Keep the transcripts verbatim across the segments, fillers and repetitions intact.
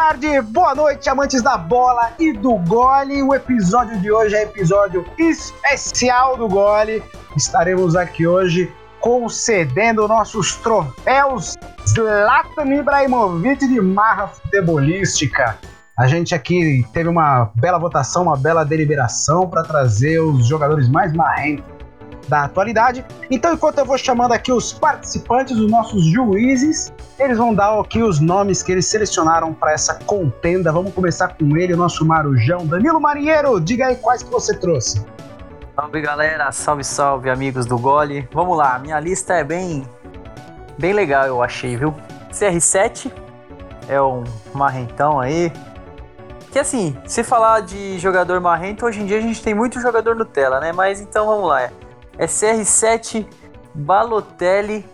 tarde, boa noite, amantes da bola e do gole. O episódio de hoje é episódio especial do gole. Estaremos aqui hoje concedendo nossos troféus Zlatan Ibrahimovic de marra futebolística. A gente aqui teve uma bela votação, uma bela deliberação para trazer os jogadores mais marrentos da atualidade. Então, enquanto eu vou chamando aqui os participantes, os nossos juízes, eles vão dar aqui os nomes que eles selecionaram para essa contenda. Vamos começar com ele, o nosso marujão, Danilo Marinheiro. Diga aí quais que você trouxe. Salve, galera, salve, salve, amigos do Gole. Vamos lá, minha lista é bem, bem legal, eu achei, viu? C R sete é um marrentão aí. Que assim, se falar de jogador marrento, hoje em dia a gente tem muito jogador Nutella, né? Mas então vamos lá. É C R sete, Balotelli,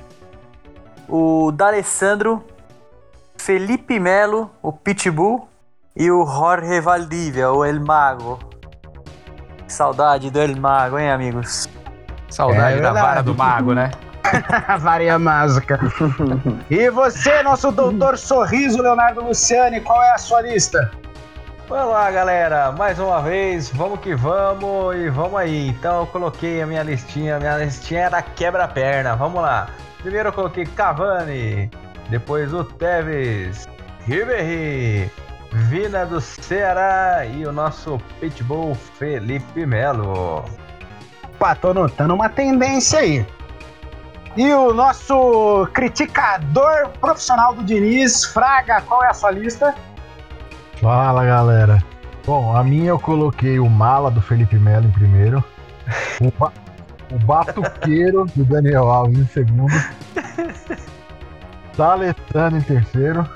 o D'Alessandro, Felipe Melo, o Pitbull e o Jorge Valdívia, o El Mago. Saudade do El Mago, hein, amigos? Saudade é da vara do mago, né? Varinha mágica. E você, nosso doutor Sorriso, Leonardo Luciani, qual é a sua lista? Vamos lá, galera, mais uma vez, vamos que vamos e vamos aí. Então eu coloquei a minha listinha, minha listinha era quebra-perna, vamos lá. Primeiro eu coloquei Cavani, depois o Tevez, Ribéry, Vina do Ceará e o nosso Pitbull Felipe Melo. Pá, tô notando uma tendência aí. E o nosso criticador profissional do Diniz, Fraga, qual é a sua lista? Fala, galera. Bom, a minha eu coloquei o Mala do Felipe Melo em primeiro, o, ba- o Batuqueiro do Daniel Alves em segundo, D'Alessandro em terceiro,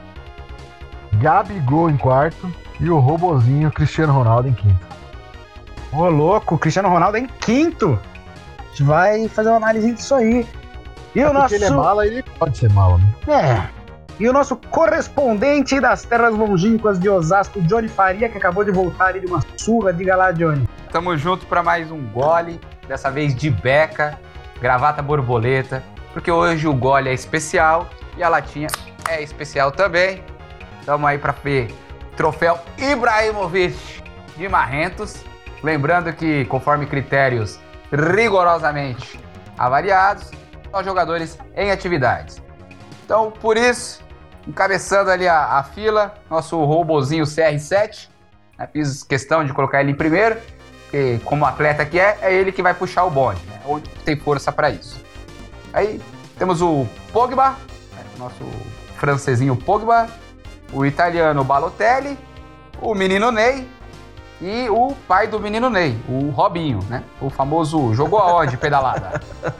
Gabigol em quarto e o Robozinho Cristiano Ronaldo em quinto. Ô, louco, Cristiano Ronaldo é em quinto. A gente vai fazer uma análise disso aí. E é o nosso... Porque ele é mala, ele pode ser mala, né? É... E o nosso correspondente das terras longínquas de Osasco, Johnny Faria, que acabou de voltar ali de uma surra. Diga lá, Johnny. Tamo junto pra mais um gole, dessa vez de beca, gravata borboleta, porque hoje o gole é especial e a latinha é especial também. Tamo aí pra ver troféu Ibrahimovic de marrentos. Lembrando que, conforme critérios rigorosamente avaliados, só jogadores em atividades. Então, por isso, encabeçando ali a, a fila, nosso robozinho C R sete, né, fiz questão de colocar ele em primeiro, porque como atleta que é, é ele que vai puxar o bonde, né, onde tem força para isso. Aí temos o Pogba, né, nosso francesinho Pogba, o italiano Balotelli, o menino Ney e o pai do menino Ney, o Robinho, né, o famoso jogou aonde pedalada.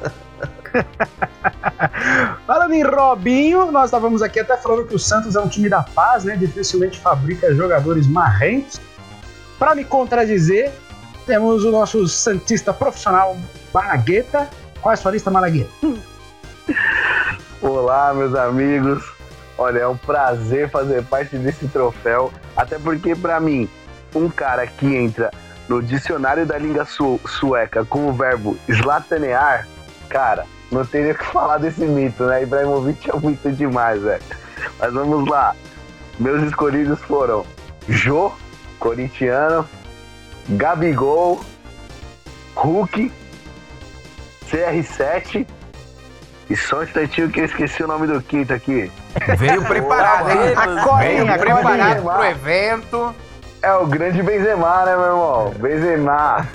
Falando em Robinho, nós estávamos aqui até falando que o Santos é um time da paz, né? Dificilmente fabrica jogadores marrentos. Para me contradizer, temos o nosso santista profissional Malagueta. Qual é a sua lista, Malagueta? Olá, meus amigos. Olha, é um prazer fazer parte desse troféu, até porque, para mim, um cara que entra no dicionário da língua su- sueca com o verbo slatanear, cara, não teria o que falar desse mito, né? Ibrahimovic é muito demais, velho. Mas vamos lá. Meus escolhidos foram Jô, corintiano, Gabigol, Hulk, C R sete e só um instantinho que eu esqueci o nome do quinto aqui. Veio preparado, hein? Acordem, Veio preparado acordem. pro evento. É o grande Benzema, né, meu irmão? Benzema.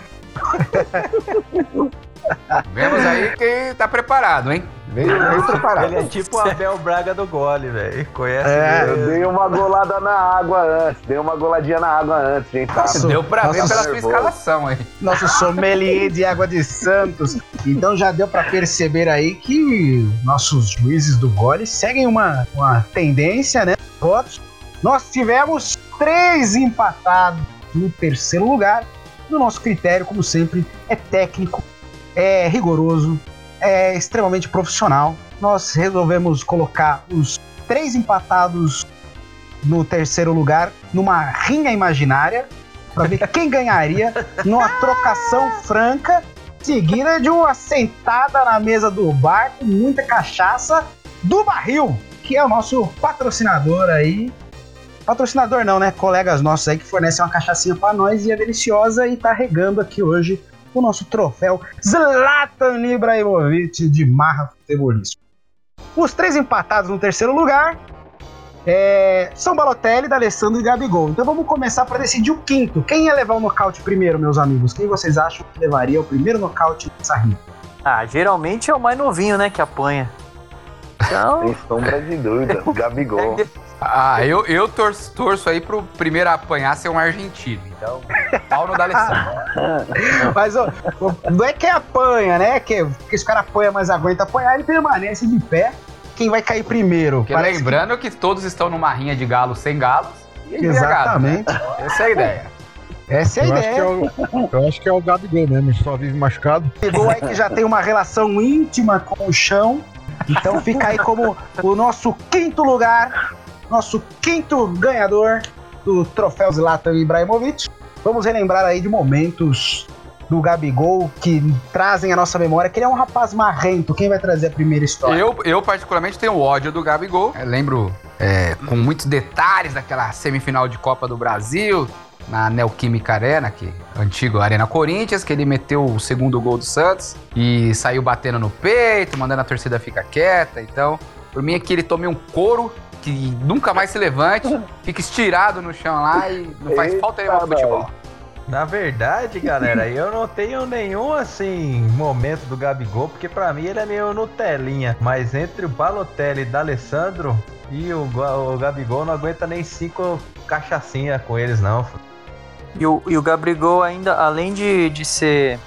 Vemos aí que tá preparado, hein? Veio bem preparado. Ele é tipo o Abel Braga do Gole, velho. Conhece É, mesmo. Eu dei uma golada na água antes, dei uma goladinha na água antes, gente. Tá? Nossa, Deu pra ver nossa, pela sua nervoso. escalação aí. Nosso sommelier de água de Santos. Então já deu para perceber aí que nossos juízes do gole seguem uma, uma tendência, né? Votos. Nós tivemos três empatados no terceiro lugar. No nosso critério, como sempre, é técnico, é rigoroso, é extremamente profissional. Nós resolvemos colocar os três empatados no terceiro lugar numa rinha imaginária para ver quem ganharia numa trocação franca, seguida de uma sentada na mesa do bar com muita cachaça do Barril, que é o nosso patrocinador aí. patrocinador não, né? Colegas nossos aí que fornecem uma cachaçinha pra nós e é deliciosa e tá regando aqui hoje o nosso troféu Zlatan Ibrahimovic de marra futebolística. Os três empatados no terceiro lugar é, são Balotelli, D'Alessandro e Gabigol. Então vamos começar para decidir o quinto. Quem ia levar o nocaute primeiro, meus amigos? Quem vocês acham que levaria o primeiro nocaute dessa rifa? Ah, geralmente é o mais novinho, né, que apanha. Então... Sem sombra de dúvida, Gabigol. Ah, eu, eu torço, torço aí pro primeiro a apanhar ser um argentino. Então, pau no D'Alessandro. Mas ó, não é que apanha, né? Que, que se o cara apanha, mas aguenta apanhar, ele permanece de pé. Quem vai cair primeiro? Porque lembrando que... que todos estão numa rinha de galos sem galos. E exatamente. Né? Essa é a ideia. Essa é a eu ideia. Acho que é o, eu acho que é o Gabigol mesmo, só vive machucado. Gabigol aí que já tem uma relação íntima com o chão. Então fica aí como o nosso quinto lugar, nosso quinto ganhador do troféu Zlatan Ibrahimovic. Vamos relembrar aí de momentos do Gabigol que trazem a nossa memória, que ele é um rapaz marrento. Quem vai trazer a primeira história? Eu, eu particularmente, tenho ódio do Gabigol. Eu lembro é, com muitos detalhes daquela semifinal de Copa do Brasil, na Neoquímica Arena, que antigo Arena Corinthians, que ele meteu o segundo gol do Santos e saiu batendo no peito, mandando a torcida ficar quieta. Então, por mim é que ele tome um couro, que nunca mais se levante, fica estirado no chão lá e não faz Eita, falta nenhuma pro futebol. Na verdade, galera, eu não tenho nenhum, assim, momento do Gabigol, porque pra mim ele é meio Nutelinha. Mas entre o Balotelli e o D'Alessandro e o, o Gabigol não aguenta nem cinco cachaçinhas com eles, não. E o, e o Gabigol ainda, além de, de ser,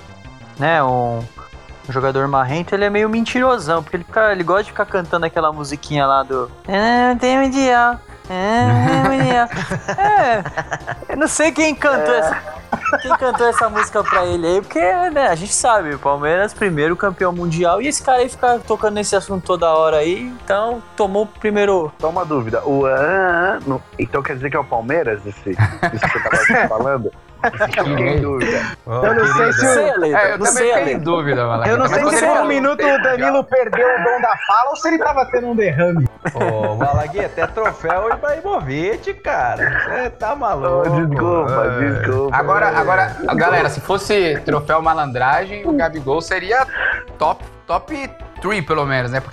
né, um, um jogador marrento, ele é meio mentirosão, porque ele, fica, ele gosta de ficar cantando aquela musiquinha lá do... Ah, não tem mundial, ah, mundial. É, eu não sei quem cantou É. essa... Quem cantou essa música pra ele aí, porque, né, a gente sabe, o Palmeiras primeiro campeão mundial, e esse cara aí fica tocando nesse assunto toda hora aí, então tomou o primeiro... Só uma dúvida, o ah, no, então quer dizer que é o Palmeiras, esse, isso que você tava falando? Fiquei em dúvida. Oh, Eu não sei se Não o- sei, Ale, É, eu não também sei, fiquei em Ale. dúvida, Malagueta. Eu não Mas sei quando se ele por um falou, minuto o Danilo perdeu o dom da fala ou se ele tava tendo um derrame. Ô, Malagueta, é troféu Ibrahimovic, cara. Você tá maluco. Oh, desculpa, É. desculpa. Agora, agora, galera, se fosse troféu malandragem, o Gabigol seria top, top três, pelo menos, né?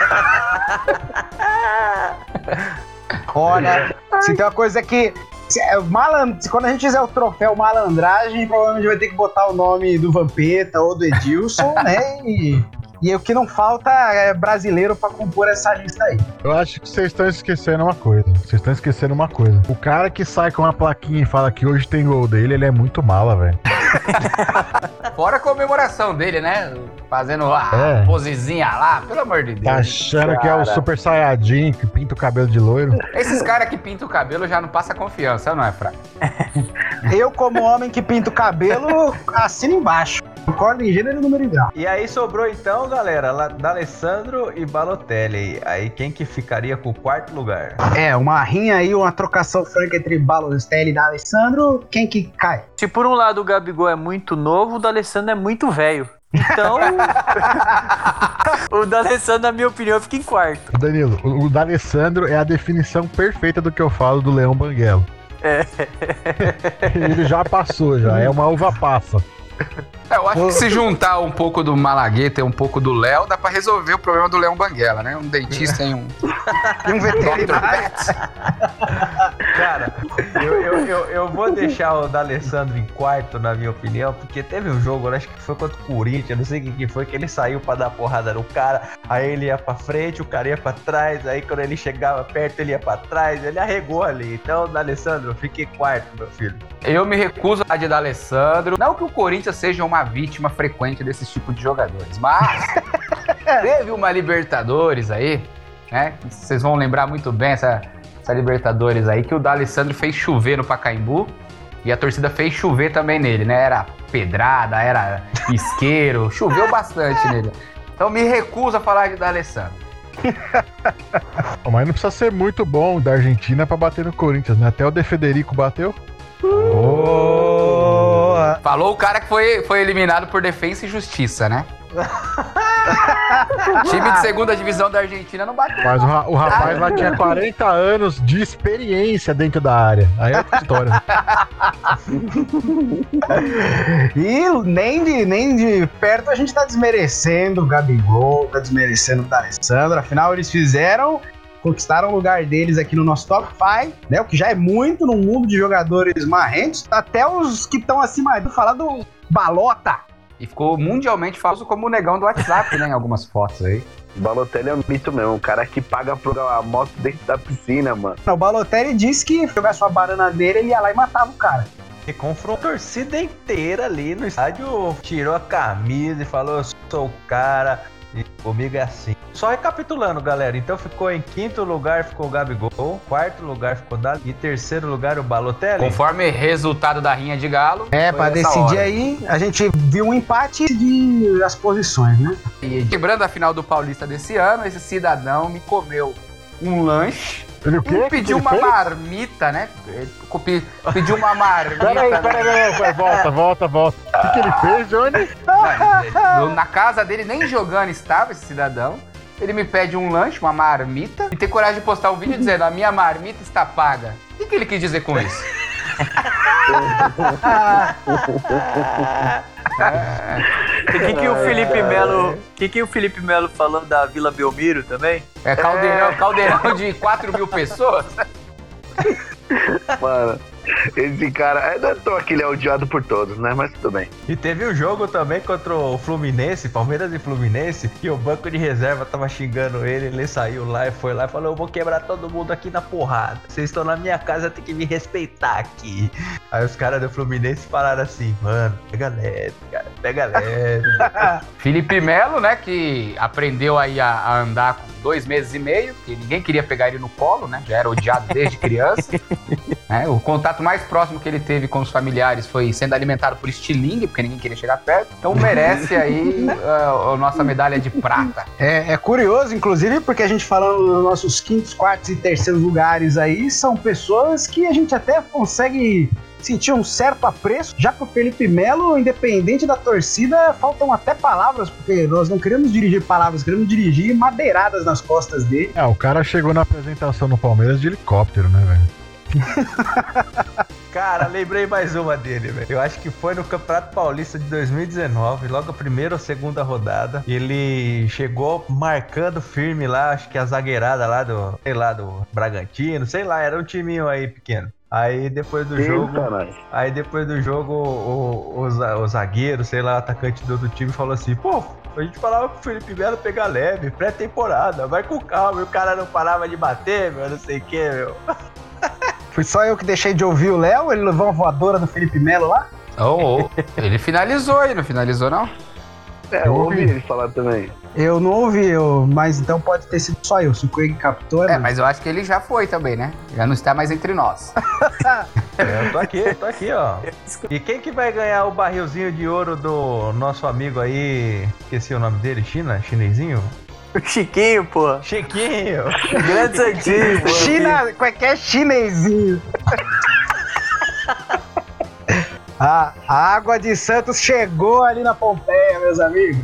Olha, se tem uma coisa que... se é malan- se quando a gente fizer o troféu malandragem, provavelmente vai ter que botar o nome do Vampeta ou do Edilson, né? E, e o que não falta é brasileiro pra compor essa lista aí. Eu acho que vocês estão esquecendo uma coisa. Vocês estão esquecendo uma coisa. O cara que sai com uma plaquinha e fala que hoje tem gol dele, ele é muito mala, velho. Fora a comemoração dele, né? Fazendo a É. posezinha lá, pelo amor de Deus. Tá achando que é o Cara. Super Saiyajin que pinta o cabelo de loiro? Esses caras que pintam o cabelo já não passa confiança, não é, Fraga? Eu, como homem que pinta o cabelo, assino embaixo. Concordo em gênero e número e grau. E aí sobrou então, galera, La- D'Alessandro e Balotelli. Aí quem que ficaria com o quarto lugar? É, uma rinha aí, uma trocação franca entre Balotelli e D'Alessandro. Quem que cai? Se por um lado o Gabigol é muito novo, o D'Alessandro é muito velho. Então, o D'Alessandro, na minha opinião, fica em quarto. Danilo, o, o D'Alessandro é a definição perfeita do que eu falo do Leão Banguelo. É. Ele já passou, já. É uma uva passa. É, eu acho que se juntar um pouco do Malagueta e um pouco do Léo, dá pra resolver o problema do Leão Banguela, né? Um dentista e um... E um veterinário. Cara, eu, eu, eu, eu vou deixar o D'Alessandro em quarto, na minha opinião, porque teve um jogo, eu acho que foi contra o Corinthians, não sei o que que foi, que ele saiu pra dar porrada no cara, aí ele ia pra frente, o cara ia pra trás, aí quando ele chegava perto ele ia pra trás, ele arregou ali. Então, D'Alessandro, fique em quarto, meu filho. Eu me recuso a de D'Alessandro. Não que o Corinthians seja uma vítima frequente desse tipo de jogadores, mas teve uma Libertadores aí, né? Vocês vão lembrar muito bem essa, essa Libertadores aí, que o D'Alessandro fez chover no Pacaembu e a torcida fez chover também nele, né? Era pedrada, era isqueiro, choveu bastante nele. Então me recuso a falar de D'Alessandro. Mas não precisa ser muito bom da Argentina pra bater no Corinthians, né? Até o De Federico bateu. Oh. Falou o cara que foi, foi eliminado por defesa e justiça, né? Time de segunda divisão da Argentina não bateu. Mas o, ra- o rapaz lá tinha quarenta anos de experiência dentro da área. Aí é outra história. E nem de, nem de perto a gente tá desmerecendo o Gabigol, tá desmerecendo o D'Alessandro. Afinal, eles fizeram, conquistaram o lugar deles aqui no nosso top cinco, né? O que já é muito no mundo de jogadores marrentos. Até os que estão acima do falar do Balota. E ficou mundialmente famoso como o negão do WhatsApp, né? Em algumas fotos aí. O Balotelli é um mito mesmo, um cara que paga por a moto dentro da piscina, mano. O Balotelli disse que se jogasse uma banana dele, ele ia lá e matava o cara. E confrontou a torcida inteira ali no estádio, tirou a camisa e falou: eu sou o cara, e comigo é assim. Só recapitulando, galera, então ficou em quinto lugar ficou o Gabigol, quarto lugar ficou o Dali, e terceiro lugar o Balotelli. Conforme resultado da rinha de galo. É, foi pra essa decidir hora. aí, a gente viu um empate de as posições, né? E lembrando a final do Paulista desse ano, esse cidadão me comeu um lanche. Ele o quê? Ele pediu Ele uma fez? marmita, né? Ele pe- pediu uma marmita. Peraí, né? peraí, peraí, peraí, volta, volta, volta. O que, que ele fez, Johnny? Não, na casa dele, nem jogando estava esse cidadão. Ele me pede um lanche, uma marmita, e tem coragem de postar um vídeo dizendo: a minha marmita está paga. O que, que ele quis dizer com isso? O que, que o Felipe Melo. O que, que o Felipe Melo falou da Vila Belmiro também? É caldeirão, caldeirão de quatro mil pessoas? Mano, esse cara. É, não é à toa que ele é odiado por todos, né? Mas tudo bem. E teve um jogo também contra o Fluminense, Palmeiras e Fluminense, que o banco de reserva tava xingando ele, ele saiu lá e foi lá e falou: eu vou quebrar todo mundo aqui na porrada. Vocês estão na minha casa, tem que me respeitar aqui. Aí os caras do Fluminense falaram assim: mano, pega leve, cara, pega leve. Felipe Melo, né, que aprendeu aí a, a andar com dois meses e meio, que ninguém queria pegar ele no colo, né, já era odiado desde criança. É, o contato mais próximo que ele teve com os familiares foi sendo alimentado por estilingue, porque ninguém queria chegar perto. Então merece aí uh, a nossa medalha de prata. É, é curioso, inclusive, porque a gente falando dos nossos quintos, quartos e terceiros lugares aí, são pessoas que a gente até consegue sentir um certo apreço. Já pro Felipe Melo, independente da torcida, faltam até palavras, porque nós não queremos dirigir palavras, queremos dirigir madeiradas nas costas dele. É, o cara chegou na apresentação no Palmeiras de helicóptero, né, velho? Cara, lembrei mais uma dele, velho. Eu acho que foi no Campeonato Paulista de dois mil e dezenove, logo a primeira ou segunda rodada. Ele chegou marcando firme lá, acho que a zagueirada lá do, sei lá, do Bragantino, sei lá, era um timinho aí pequeno. Aí depois do Eita, jogo, nós. aí depois do jogo, o, o, o, za- o zagueiro, sei lá, o atacante do outro time falou assim: pô, a gente falava pro Felipe Melo pegar leve, pré-temporada, vai com calma. E o cara não parava de bater, meu, não sei o que, meu. Foi só eu que deixei de ouvir o Léo, ele levou uma voadora do Felipe Melo lá. Oh, oh. Ele finalizou aí, não finalizou não? É, eu ouvi ele falar também. Eu não ouvi, eu, mas então pode ter sido só eu. Se o Craig captou, É, é, mas eu acho que ele já foi também, né? Já não está mais entre nós. É, eu tô aqui, eu tô aqui, ó. E quem que vai ganhar o barrilzinho de ouro do nosso amigo aí? Esqueci o nome dele, China? Chinesinho? O Chiquinho, pô. Chiquinho! Grande Santinho, pô. China, qualquer chinesinho. A, a água de Santos chegou ali na Pompeia, meus amigos.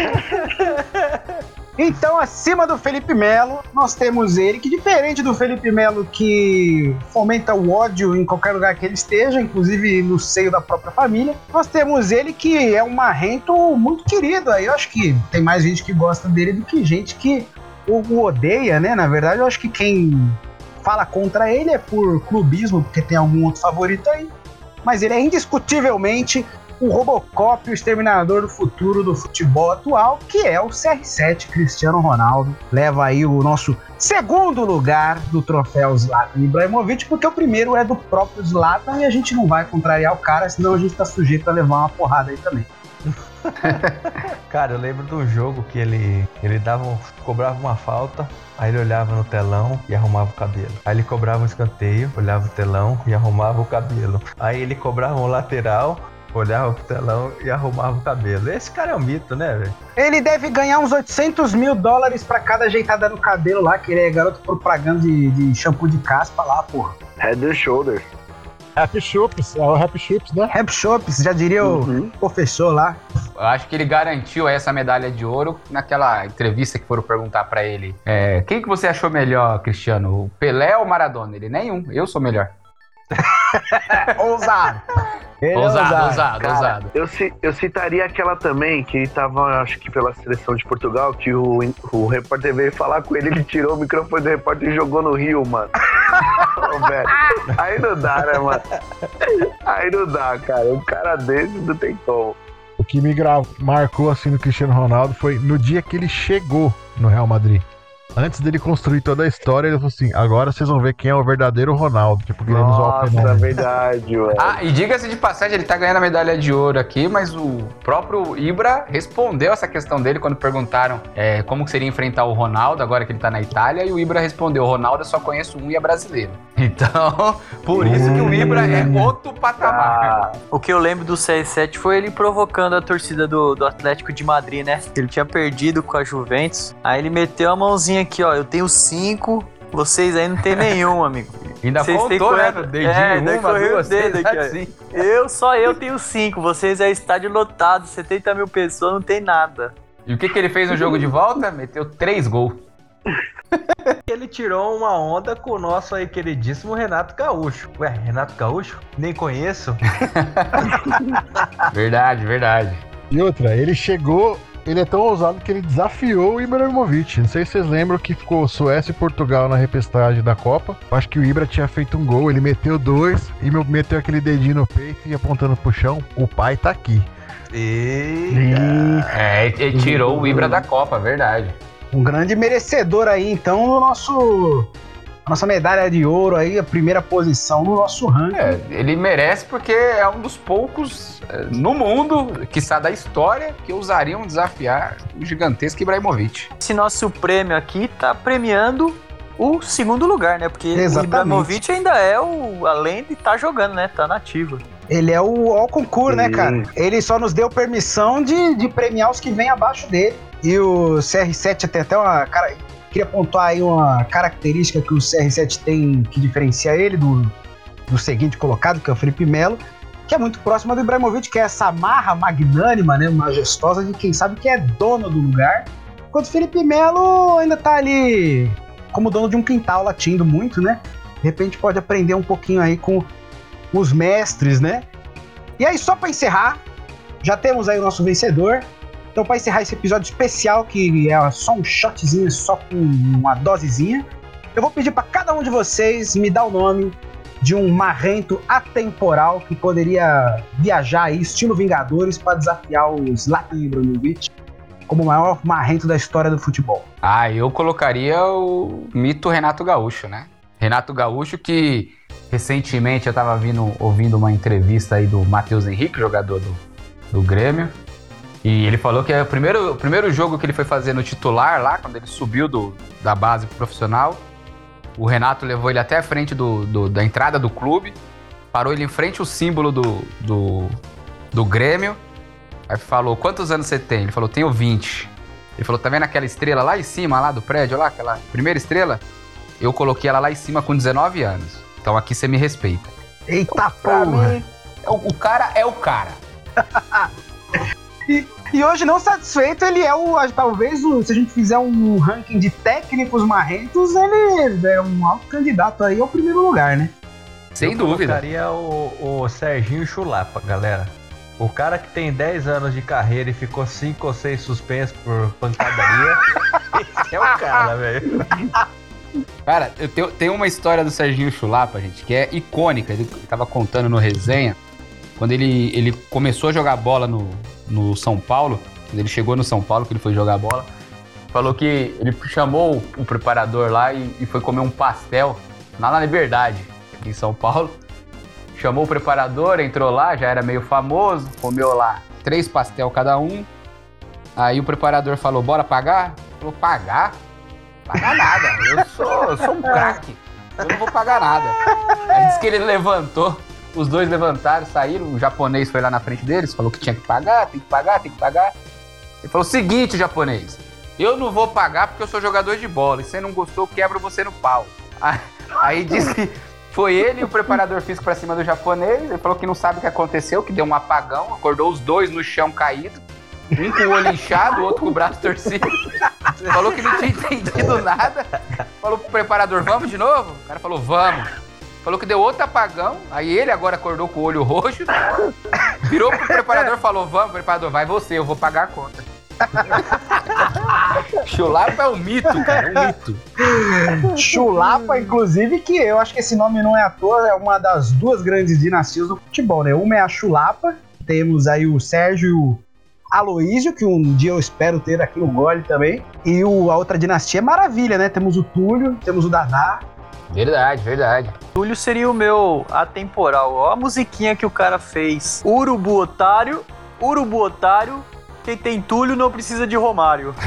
Então, acima do Felipe Melo, nós temos ele, que diferente do Felipe Melo, que fomenta o ódio em qualquer lugar que ele esteja, inclusive no seio da própria família, nós temos ele que é um marrento muito querido. Aí eu acho que tem mais gente que gosta dele do que gente que o, o odeia, né? Na verdade, eu acho que quem fala contra ele é por clubismo, porque tem algum outro favorito aí. Mas ele é indiscutivelmente o Robocop, o exterminador do futuro do futebol atual, que é o C R sete, Cristiano Ronaldo. Leva aí o nosso segundo lugar do troféu Zlatan Ibrahimovic, porque o primeiro é do próprio Zlatan e a gente não vai contrariar o cara, senão a gente tá sujeito a levar uma porrada aí também. Cara, eu lembro de um jogo que ele, ele dava um- cobrava uma falta, aí ele olhava no telão e arrumava o cabelo. Aí ele cobrava um escanteio, olhava o telão e arrumava o cabelo. Aí ele cobrava um lateral, olhava pro telão e arrumava o cabelo. Esse cara é um mito, né, velho? Ele deve ganhar uns oitocentos mil dólares pra cada ajeitada no cabelo lá, que ele é garoto propaganda de, de shampoo de caspa lá, porra. Head and Shoulders. Happy Chups, é o Happy Chups, né? Rap Shops, já diria Uhum. o professor lá. Eu acho que ele garantiu essa medalha de ouro naquela entrevista que foram perguntar pra ele. É, quem que você achou melhor, Cristiano? O Pelé ou o Maradona? Ele, nenhum. Eu sou melhor. Ousado. Ele é Ousado, ousado, Cara, ousado. Eu, ci- eu citaria aquela também, que ele tava, acho que pela seleção de Portugal, que o, o repórter veio falar com ele, ele tirou o microfone do repórter e jogou no rio, mano. Ô, velho, aí não dá, né, mano? Aí não dá, cara. Um cara desse não tem como. O que me gra- marcou assim no Cristiano Ronaldo foi no dia que ele chegou no Real Madrid. Antes dele construir toda a história, ele falou assim: agora vocês vão ver quem é o verdadeiro Ronaldo. Tipo, queremos zoar o Nossa, fenômeno. verdade, mano. Ah, e diga-se de passagem, ele tá ganhando a medalha de ouro aqui, mas o próprio Ibra respondeu essa questão dele quando perguntaram é, como que seria enfrentar o Ronaldo, agora que ele tá na Itália, e o Ibra respondeu: o Ronaldo eu só conheço um e é brasileiro. Então, por isso que o Ibra é outro patamar. Ah, O que eu lembro do C R sete foi ele provocando a torcida do, do Atlético de Madrid, né? Ele tinha perdido com a Juventus. Aí ele meteu a mãozinha aqui, ó. Eu tenho cinco, vocês aí não tem nenhum, amigo. Ainda Vocês têm contou, né? quanto? No dedinho, É, ainda uma, correu duas, o dedo três, aqui, ó. assim. Eu, só eu tenho cinco. Vocês é estádio lotado, setenta mil pessoas, não tem nada. E o que, que ele fez no jogo de volta? Meteu três gols. Ele tirou uma onda com o nosso aí queridíssimo Renato Gaúcho. Ué, Renato Gaúcho? Nem conheço. Verdade, verdade. E outra, ele chegou, ele é tão ousado que ele desafiou o Ibrahimovic. Não sei se vocês lembram que ficou Suécia e Portugal na repescagem da Copa. Acho que o Ibra tinha feito um gol, ele meteu dois e meu- meteu aquele dedinho no peito e apontando pro chão. O pai tá aqui. Eita. É, ele tirou o Ibra da Copa, verdade. Um grande merecedor aí, então, no nosso... Nossa medalha de ouro aí, a primeira posição no nosso ranking. É, ele merece porque é um dos poucos é, no mundo, quiçá da história, que ousariam desafiar o gigantesco Ibrahimovic. Esse nosso prêmio aqui tá premiando o segundo lugar, né? Porque Exatamente. o Ibrahimovic ainda é o... Além de estar jogando, né? Tá nativo. Ele é o ao concurso, né, Sim. cara? Ele só nos deu permissão de, de premiar os que vêm abaixo dele. E o C R sete tem até uma... Cara, queria pontuar aí uma característica que o C R sete tem que diferencia ele do, do seguinte colocado, que é o Felipe Melo, que é muito próxima do Ibrahimovic, que é essa marra magnânima, né, majestosa de quem sabe que é dono do lugar. Enquanto o Felipe Melo ainda tá ali como dono de um quintal, latindo muito, né? De repente pode aprender um pouquinho aí com os mestres, né? E aí, só pra encerrar, já temos aí o nosso vencedor. Então, para encerrar esse episódio especial, que é só um shotzinho, só com uma dosezinha, eu vou pedir para cada um de vocês me dar o nome de um marrento atemporal que poderia viajar aí, estilo Vingadores, para desafiar o Zlatan Ibrahimovic como o maior marrento da história do futebol. Ah, eu colocaria o mito Renato Gaúcho, né? Renato Gaúcho que recentemente eu tava vindo, ouvindo uma entrevista aí do Matheus Henrique, jogador do, do Grêmio, e ele falou que é o primeiro, o primeiro jogo que ele foi fazer no titular lá, quando ele subiu do, da base pro profissional, o Renato levou ele até a frente do, do, da entrada do clube, parou ele em frente ao símbolo do, do, do Grêmio, aí falou: quantos anos você tem? Ele falou: tenho vinte. Ele falou: tá vendo aquela estrela lá em cima, lá do prédio, lá, aquela primeira estrela? Eu coloquei ela lá em cima com dezenove anos. Então aqui você me respeita. Eita Pra porra! mim, o, o cara é o cara. E, e hoje, não satisfeito, ele é o, talvez, o, se a gente fizer um ranking de técnicos marrentos, ele é um alto candidato aí ao primeiro lugar, né? Sem Eu dúvida. colocaria o, o Serginho Chulapa, galera. O cara que tem dez anos de carreira e ficou cinco ou seis suspensos por pancadaria, esse é o cara, velho. Cara, eu tenho, tem uma história do Serginho Chulapa, gente, que é icônica. Ele tava contando no resenha, quando ele, ele começou a jogar bola no, no São Paulo, quando ele chegou no São Paulo, que ele foi jogar bola, falou que ele chamou o, o preparador lá e, e foi comer um pastel lá na Liberdade, aqui em São Paulo. Chamou o preparador, entrou lá, já era meio famoso, comeu lá três pastel cada um. Aí o preparador falou: bora pagar? Ele falou: pagar? Pagar nada, eu sou, eu sou um craque, eu não vou pagar nada. Aí disse que ele levantou, os dois levantaram, saíram, o japonês foi lá na frente deles, falou que tinha que pagar, tem que pagar, tem que pagar. Ele falou: seguinte, japonês, eu não vou pagar porque eu sou jogador de bola, e se você não gostou, eu quebro você no pau. Aí, aí disse que Foi ele e o preparador físico pra cima do japonês. Ele falou que não sabe o que aconteceu, que deu um apagão. Acordou os dois no chão caído. Um com o olho inchado, o outro com o braço torcido. Falou que não tinha entendido nada. Falou pro preparador, vamos de novo? O cara falou, vamos. Falou que deu outro apagão. Aí ele agora acordou com o olho roxo. Virou pro preparador e falou, vamos, preparador, vai você, eu vou pagar a conta. Chulapa é um mito, cara, é um mito. Chulapa, inclusive, que eu acho que esse nome não é à toa, é uma das duas grandes dinastias do futebol, né? Uma é a Chulapa, temos aí o Sérgio e o Aloísio, que um dia eu espero ter aqui no Gole também. E o, a outra dinastia é Maravilha, né? Temos o Túlio, temos o Dadá. Verdade, verdade. Túlio seria o meu atemporal. Ó a musiquinha que o cara fez. Urubu otário, Urubu otário. Quem tem Túlio não precisa de Romário.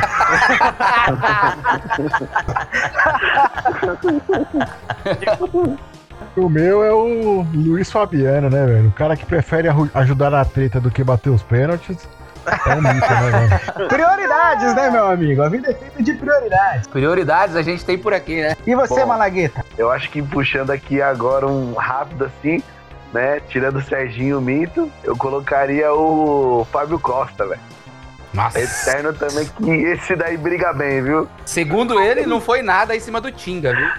O meu é o Luiz Fabiano, né, velho? O cara que prefere arru- ajudar na treta do que bater os pênaltis. É um mito, né, velho? Prioridades, né, meu amigo? A vida é feita de prioridades. Prioridades a gente tem por aqui, né? E você, Bom. Malagueta? Eu acho que puxando aqui agora um rápido assim, né? Tirando o Serginho o mito, eu colocaria o Fábio Costa, velho. Nossa. Eterno também, que esse daí briga bem, viu? Segundo ele, não foi nada em cima do Tinga, viu?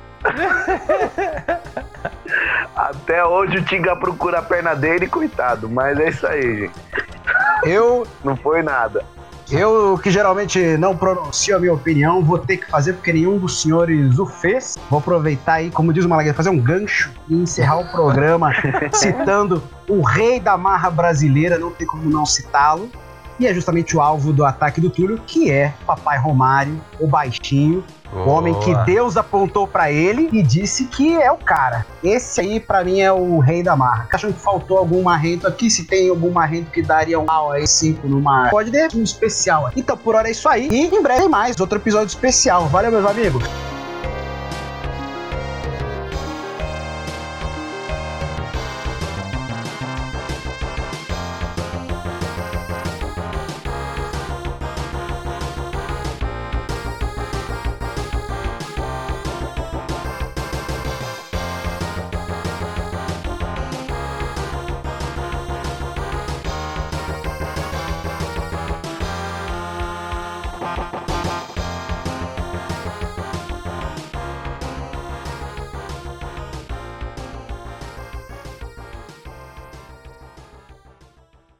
Até hoje o Tinga procura a perna dele, coitado. Mas é isso aí, gente. Eu, Não foi nada. eu que geralmente não pronuncio a minha opinião, vou ter que fazer porque nenhum dos senhores o fez. Vou aproveitar aí, como diz o Malagueta, fazer um gancho e encerrar o programa citando o rei da marra brasileira, não tem como não citá-lo. E é justamente o alvo do ataque do Túlio, que é Papai Romário, o baixinho, o homem que Deus apontou pra ele e disse que é o cara. Esse aí, pra mim, é o rei da marra. Acham que faltou algum marrento aqui? Se tem algum marrento que daria um pau aí, cinco no mar, pode dar um especial. Então, por hora é isso aí. E em breve tem mais, outro episódio especial. Valeu, meus amigos.